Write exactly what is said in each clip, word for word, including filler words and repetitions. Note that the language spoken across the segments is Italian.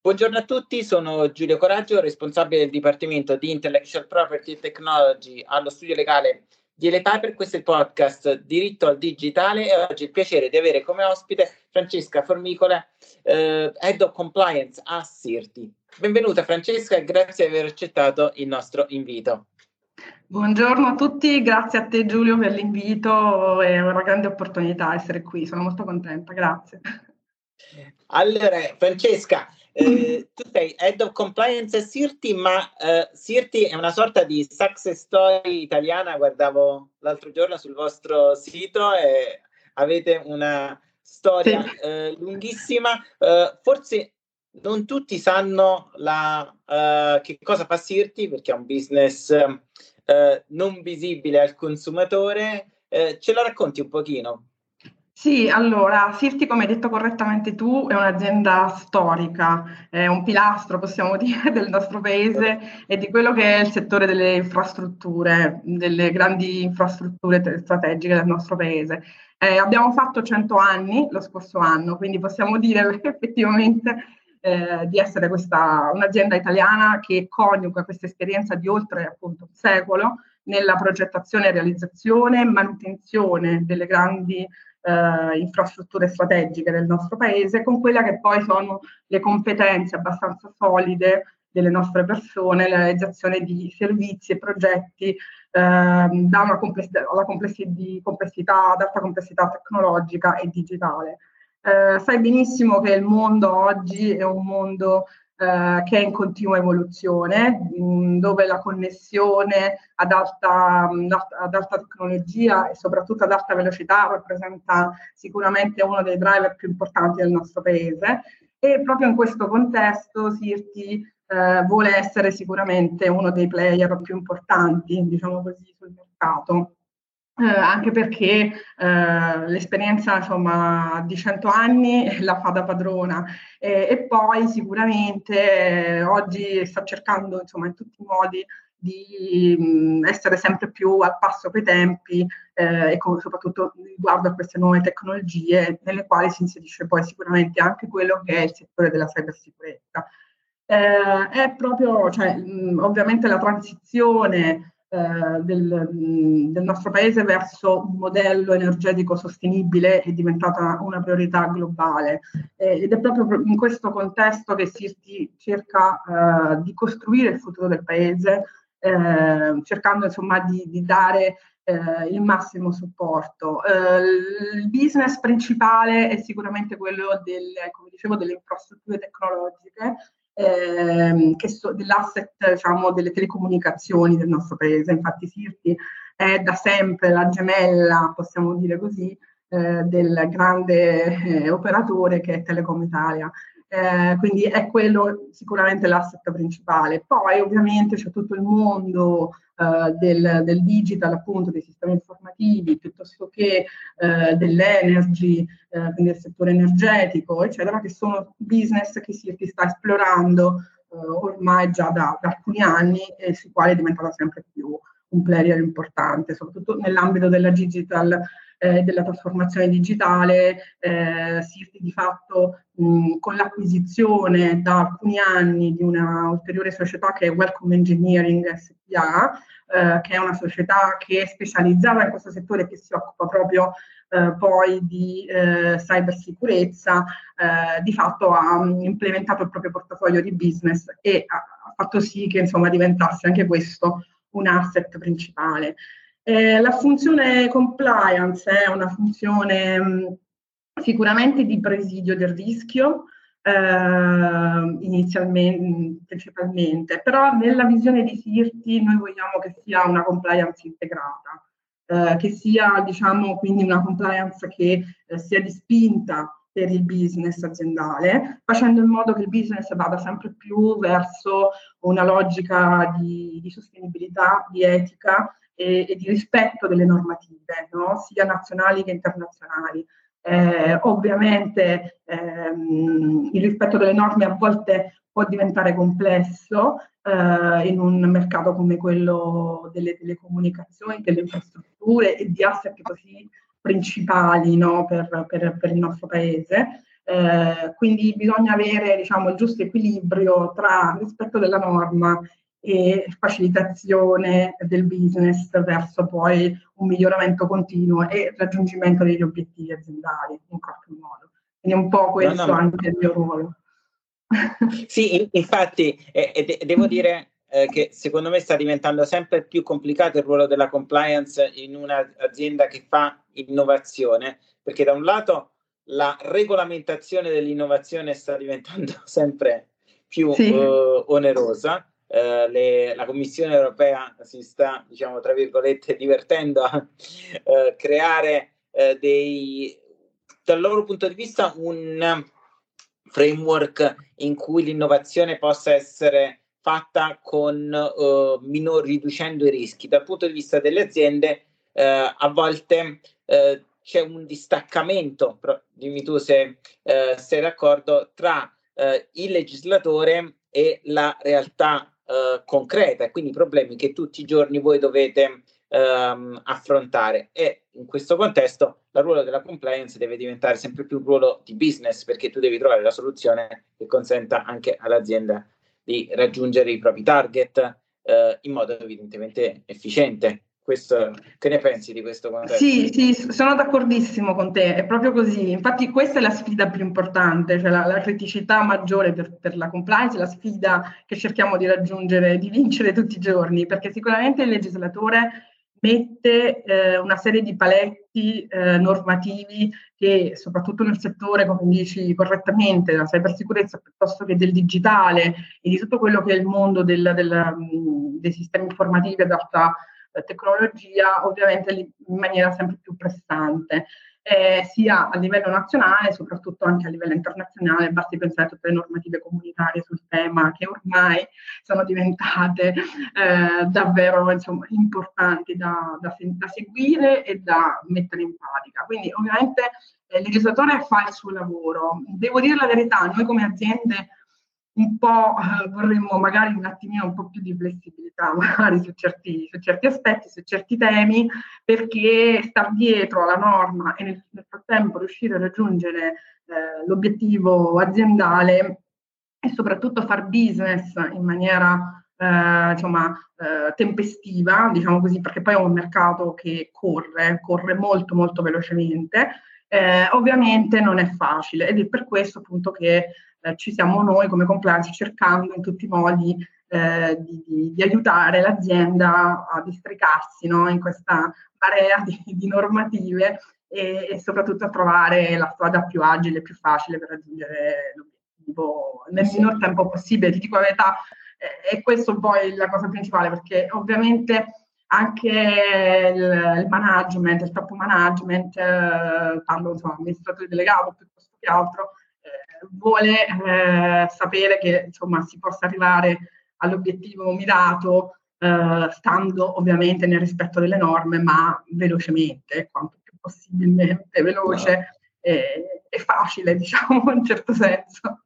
Buongiorno a tutti, sono Giulio Coraggio, responsabile del Dipartimento di Intellectual Property e Technology allo studio legale di Elepiper. Questo è il podcast Diritto al Digitale e oggi ho il piacere di avere come ospite Francesca Formicola, eh, Head of Compliance a Sirti. Benvenuta Francesca e grazie di aver accettato il nostro invito. Buongiorno a tutti, grazie a te Giulio per l'invito, è una grande opportunità essere qui, sono molto contenta, grazie. Allora Francesca, eh, tu sei Head of Compliance a Sirti, ma eh, Sirti è una sorta di success story italiana. Guardavo l'altro giorno sul vostro sito e avete una storia Sì. eh, lunghissima. Eh, forse non tutti sanno la, eh, che cosa fa Sirti, perché è un business eh, non visibile al consumatore. Eh, ce lo racconti un pochino? Sì, allora, Sirti, come hai detto correttamente tu, è un'azienda storica, è un pilastro, possiamo dire, del nostro paese e di quello che è il settore delle infrastrutture, delle grandi infrastrutture te- strategiche del nostro paese. Eh, abbiamo fatto cento anni lo scorso anno, quindi possiamo dire effettivamente eh, di essere questa un'azienda italiana che coniuga questa esperienza di oltre appunto un secolo nella progettazione, realizzazione e manutenzione delle grandi eh, infrastrutture strategiche del nostro paese, con quelle che poi sono le competenze abbastanza solide delle nostre persone, la realizzazione di servizi e progetti eh, da una complessità, alla complessità, di complessità, ad alta complessità tecnologica e digitale. Eh, sai benissimo che il mondo oggi è un mondo eh, che è in continua evoluzione, mh, dove la connessione ad alta, ad alta tecnologia e soprattutto ad alta velocità rappresenta sicuramente uno dei driver più importanti del nostro paese. E proprio in questo contesto Sirti eh, vuole essere sicuramente uno dei player più importanti, diciamo così, sul mercato. Eh, anche perché eh, l'esperienza insomma di cento anni la fa da padrona e, e poi sicuramente eh, oggi sta cercando insomma in tutti i modi di mh, essere sempre più al passo coi tempi eh, e con, soprattutto riguardo a queste nuove tecnologie nelle quali si inserisce poi sicuramente anche quello che è il settore della cybersicurezza. Eh, è proprio, cioè, mh, ovviamente la transizione eh, del, mh, del nostro paese verso un modello energetico sostenibile è diventata una priorità globale eh, ed è proprio in questo contesto che Sirti cerca eh, di costruire il futuro del paese, eh, cercando insomma di, di dare eh, il massimo supporto. Eh, il business principale è sicuramente quello delle, come dicevo, delle infrastrutture tecnologiche, ehm, che so, dell'asset diciamo, delle telecomunicazioni del nostro paese. Infatti Sirti è da sempre la gemella, possiamo dire così, eh, del grande eh, operatore che è Telecom Italia. Eh, quindi è quello sicuramente l'asset principale. Poi ovviamente c'è tutto il mondo eh, del, del digital, appunto, dei sistemi informativi, piuttosto che eh, dell'energy, eh, quindi del settore energetico, eccetera, che sono business che si, si sta esplorando eh, ormai già da, da alcuni anni e sui quali è diventata sempre più un player importante, soprattutto nell'ambito della digital, eh, della trasformazione digitale. Eh, Sirti di fatto mh, con l'acquisizione da alcuni anni di una ulteriore società che è Welcome Engineering S P A, eh, che è una società che è specializzata in questo settore e che si occupa proprio eh, poi di eh, cybersicurezza, eh, di fatto ha um, implementato il proprio portafoglio di business e ha, ha fatto sì che insomma diventasse anche questo un asset principale. Eh, la funzione compliance è una funzione mh, sicuramente di presidio del rischio, eh, inizialmente, principalmente, però nella visione di Sirti noi vogliamo che sia una compliance integrata, eh, che sia diciamo quindi una compliance che eh, sia di spinta per il business aziendale, facendo in modo che il business vada sempre più verso una logica di, di sostenibilità, di etica e, e di rispetto delle normative, no? Sia nazionali che internazionali. Eh, ovviamente ehm, il rispetto delle norme a volte può diventare complesso eh, in un mercato come quello delle telecomunicazioni, delle infrastrutture e di asset così principali, no, per, per, per il nostro paese. Eh, quindi bisogna avere, diciamo, il giusto equilibrio tra rispetto della norma e facilitazione del business verso poi un miglioramento continuo e raggiungimento degli obiettivi aziendali in qualche modo. Quindi un po' questo no, no, anche il mio ruolo. Sì, in, infatti, eh, eh, devo dire eh, che secondo me sta diventando sempre più complicato il ruolo della compliance in un'azienda che fa innovazione, perché da un lato la regolamentazione dell'innovazione sta diventando sempre più Sì. eh, onerosa. Eh, le, la Commissione europea si sta, diciamo, tra virgolette, divertendo a eh, creare eh, dei, dal loro punto di vista, un framework in cui l'innovazione possa essere fatta con uh, minor, riducendo i rischi. Dal punto di vista delle aziende, uh, a volte uh, c'è un distaccamento, però, dimmi tu se uh, sei d'accordo, tra uh, il legislatore e la realtà uh, concreta, e quindi i problemi che tutti i giorni voi dovete um, affrontare. E in questo contesto il ruolo della compliance deve diventare sempre più un ruolo di business, perché tu devi trovare la soluzione che consenta anche all'azienda di raggiungere i propri target eh, in modo evidentemente efficiente. Questo, che ne pensi di questo contesto? Sì, sì, sono d'accordissimo con te, è proprio così. Infatti questa è la sfida più importante, cioè la, la criticità maggiore per, per la compliance, la sfida che cerchiamo di raggiungere, di vincere tutti i giorni, perché sicuramente il legislatore mette eh, una serie di paletti eh, normativi che soprattutto nel settore, come dici correttamente, della cybersicurezza piuttosto che del digitale e di tutto quello che è il mondo del, del, dei sistemi informativi ad alta tecnologia, ovviamente in maniera sempre più pressante, eh, sia a livello nazionale, soprattutto anche a livello internazionale. Basti pensare a tutte le normative comunitarie sul tema che ormai sono diventate eh, davvero, insomma, importanti da, da, da seguire e da mettere in pratica. Quindi ovviamente eh, il legislatore fa il suo lavoro. Devo dire la verità, noi come aziende un po' eh, vorremmo magari un attimino un po' più di flessibilità magari su certi, su certi aspetti, su certi temi, perché star dietro alla norma e nel, nel frattempo riuscire a raggiungere eh, l'obiettivo aziendale e soprattutto far business in maniera eh, insomma eh, tempestiva, diciamo così, perché poi è un mercato che corre, corre molto molto velocemente. Eh, ovviamente non è facile ed è per questo appunto che eh, ci siamo noi come compliance cercando in tutti i modi eh, di, di, di aiutare l'azienda a districarsi, no, in questa marea di, di normative e, e soprattutto a trovare la strada più agile e più facile per raggiungere l'obiettivo nel Sì. minor tempo possibile. Ti dico la verità, eh, e questo poi la cosa principale, perché ovviamente anche il, il management, il top management, eh, parlo insomma amministratore delegato piuttosto che altro, eh, vuole eh, sapere che insomma si possa arrivare all'obiettivo mirato eh, stando ovviamente nel rispetto delle norme, ma velocemente, quanto più possibilmente veloce no. e, e facile, diciamo, in un certo senso.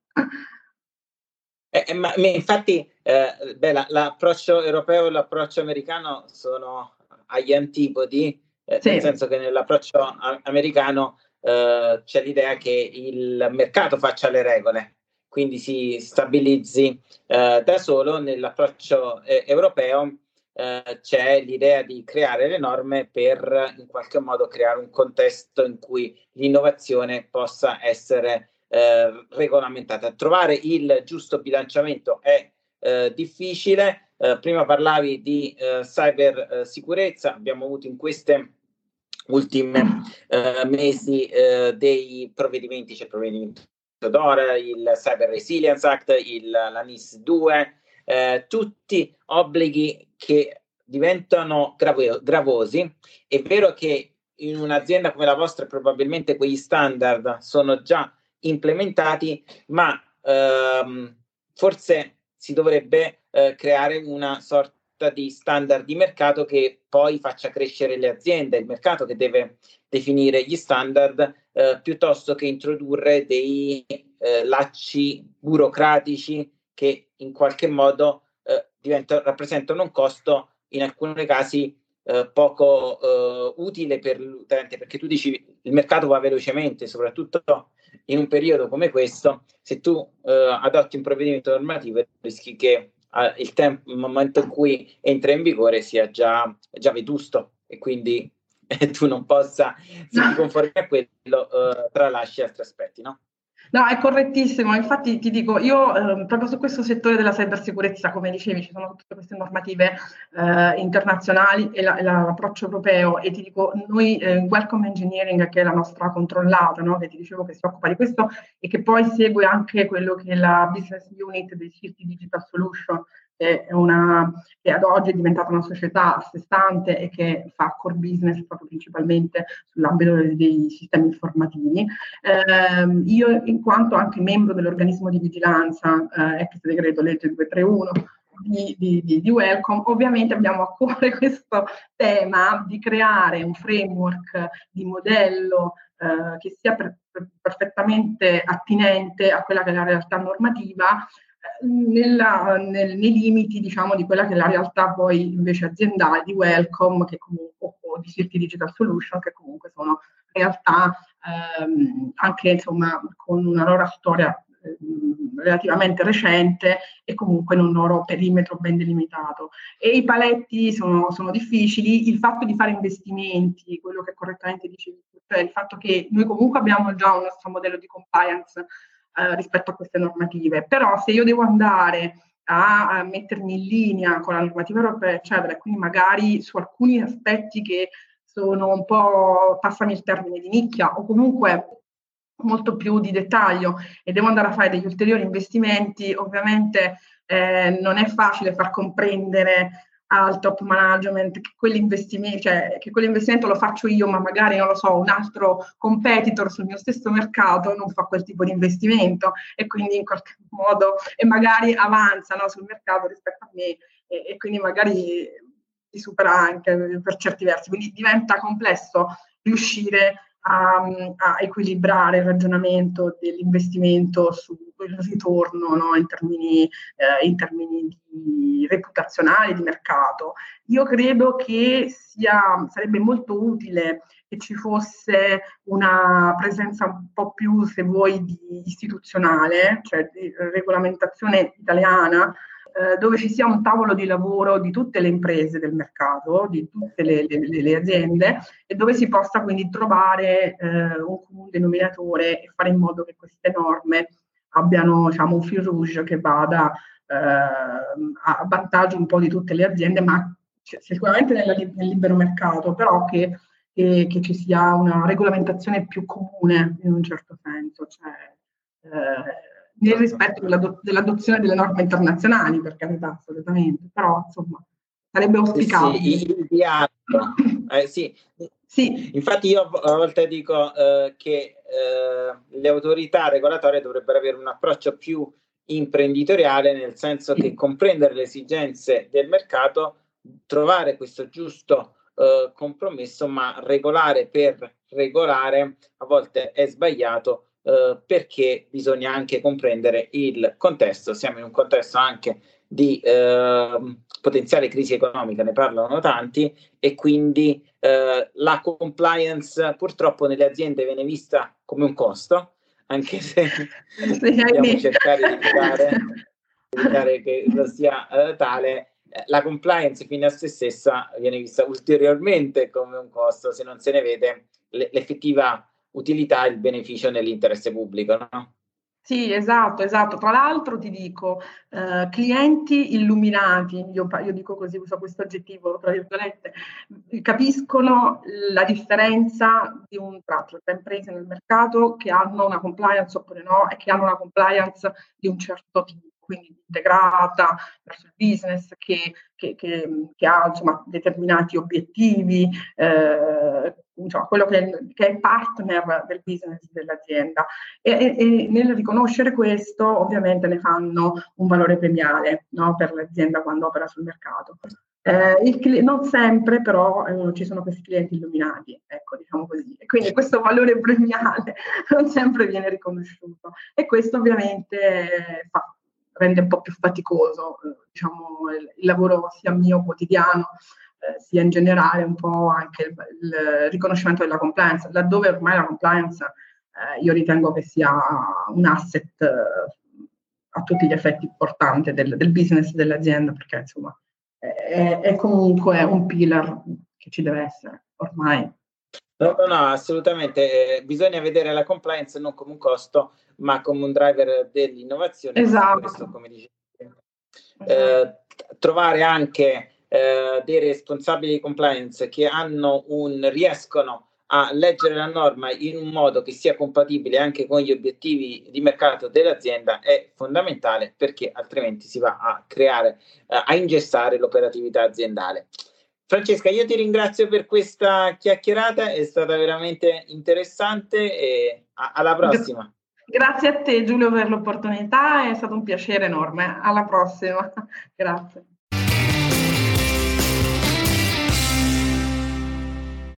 Eh, ma, ma infatti eh, beh, la, l'approccio europeo e l'approccio americano sono agli antipodi, eh, sì. Nel senso che nell'approccio a- americano eh, c'è l'idea che il mercato faccia le regole, quindi si stabilizzi eh, da solo. Nell'approccio eh, europeo eh, c'è l'idea di creare le norme per in qualche modo creare un contesto in cui l'innovazione possa essere Eh, regolamentata. Trovare il giusto bilanciamento è eh, difficile. Eh, prima parlavi di eh, cyber eh, sicurezza, abbiamo avuto in queste ultime eh, mesi eh, dei provvedimenti, c'è il provvedimento d'ora, il Cyber Resilience Act, il, la N I S due, eh, tutti obblighi che diventano gravo- gravosi. È vero che in un'azienda come la vostra probabilmente quegli standard sono già implementati, ma ehm, forse si dovrebbe eh, creare una sorta di standard di mercato che poi faccia crescere le aziende, il mercato che deve definire gli standard eh, piuttosto che introdurre dei eh, lacci burocratici che in qualche modo eh, diventano, rappresentano un costo, in alcuni casi eh, poco eh, utile per l'utente, perché tu dici il mercato va velocemente, soprattutto in un periodo come questo. Se tu eh, adotti un provvedimento normativo rischi che eh, il, tempo, il momento in cui entra in vigore sia già, già vetusto, e quindi eh, tu non possa, se ti conformi a quello, eh, tralasci altri aspetti, no? No, è correttissimo. Infatti ti dico, io eh, proprio su questo settore della cybersicurezza, come dicevi, ci sono tutte queste normative eh, internazionali e, la, e la, l'approccio europeo, e ti dico, noi eh, Welcome Engineering, che è la nostra controllata, no? Che ti dicevo che si occupa di questo e che poi segue anche quello che è la business unit dei Sirti Digital Solution, che è una, che ad oggi è diventata una società a sé stante e che fa core business proprio principalmente sull'ambito dei sistemi informativi. Eh, io, in quanto anche membro dell'organismo di vigilanza, eh, ex decreto legge duecentotrentuno di, di, di, di Welcome, ovviamente abbiamo a cuore questo tema di creare un framework di modello eh, che sia per, per, perfettamente attinente a quella che è la realtà normativa, Nella, nel, nei limiti, diciamo, di quella che è la realtà poi invece aziendale di Welcome, che comunque, o di Sirti Digital Solution, che comunque sono realtà ehm, anche, insomma, con una loro storia ehm, relativamente recente e comunque in un loro perimetro ben delimitato. E i paletti sono, sono difficili. Il fatto di fare investimenti, quello che correttamente dicevi, cioè il fatto che noi comunque abbiamo già un nostro modello di compliance Eh, rispetto a queste normative, però se io devo andare a, a mettermi in linea con la normativa europea, eccetera, e quindi magari su alcuni aspetti che sono un po', passami il termine, di nicchia, o comunque molto più di dettaglio, e devo andare a fare degli ulteriori investimenti, ovviamente eh, non è facile far comprendere al top management che quell'investimento, cioè, che quell'investimento lo faccio io, ma magari, non lo so, un altro competitor sul mio stesso mercato non fa quel tipo di investimento, e quindi in qualche modo, e magari avanza, no, sul mercato rispetto a me, e, e quindi magari si supera anche per certi versi. Quindi diventa complesso riuscire a, a equilibrare il ragionamento dell'investimento sul ritorno, no, in termini, eh, in termini di reputazionali, di mercato. Io credo che sia, sarebbe molto utile che ci fosse una presenza un po' più, se vuoi, di istituzionale, cioè di regolamentazione italiana, eh, dove ci sia un tavolo di lavoro di tutte le imprese del mercato, di tutte le, le, le aziende, e dove si possa quindi trovare eh, un comune denominatore e fare in modo che queste norme abbiano, diciamo, un fil rouge che vada eh, a vantaggio un po' di tutte le aziende, ma sicuramente nella, nel libero mercato, però che, che, che ci sia una regolamentazione più comune in un certo senso, cioè eh, nel rispetto dell'ado- dell'adozione delle norme internazionali, per carità, assolutamente, però insomma sarebbe auspicabile. Sì, il dialogo. Eh, sì. Sì. Infatti io a volte dico eh, che eh, le autorità regolatorie dovrebbero avere un approccio più imprenditoriale, nel senso che comprendere le esigenze del mercato, trovare questo giusto eh, compromesso, ma regolare per regolare a volte è sbagliato, eh, perché bisogna anche comprendere il contesto. Siamo in un contesto anche di eh, potenziale crisi economica, ne parlano tanti, e quindi eh, la compliance purtroppo nelle aziende viene vista come un costo, anche se dobbiamo cercare di evitare, evitare che lo sia eh, tale. La compliance fino a se stessa viene vista ulteriormente come un costo se non se ne vede l'effettiva utilità e il beneficio nell'interesse pubblico, no? Sì, esatto, esatto. Tra l'altro ti dico, eh, clienti illuminati, io, io dico così, uso questo aggettivo, tra virgolette, capiscono la differenza di un tratto tra imprese nel mercato che hanno una compliance oppure no, e che hanno una compliance di un certo tipo, quindi integrata verso il business, che, che, che, che ha, insomma, determinati obiettivi, eh, insomma, quello che è, che è partner del business dell'azienda. E, e, e nel riconoscere questo, ovviamente, ne fanno un valore premiale, no, per l'azienda quando opera sul mercato. Eh, il, non sempre, però, eh, ci sono questi clienti illuminati, ecco, diciamo così. E quindi questo valore premiale non sempre viene riconosciuto. E questo ovviamente fa, rende un po' più faticoso, eh, diciamo, il, il lavoro sia mio quotidiano, eh, sia in generale un po' anche il, il riconoscimento della compliance, laddove ormai la compliance eh, io ritengo che sia un asset eh, a tutti gli effetti importante del, del business dell'azienda, perché insomma è, è comunque un pillar che ci deve essere ormai. No, no, no, assolutamente. Eh, bisogna vedere la compliance non come un costo, ma come un driver dell'innovazione. Esatto. Questo, come dicevo, eh, trovare anche eh, dei responsabili di compliance che hanno un, riescono a leggere la norma in un modo che sia compatibile anche con gli obiettivi di mercato dell'azienda è fondamentale, perché altrimenti si va a creare, eh, a ingessare l'operatività aziendale. Francesca, io ti ringrazio per questa chiacchierata, è stata veramente interessante e alla prossima. Grazie a te Giulio per l'opportunità, è stato un piacere enorme. Alla prossima. Grazie.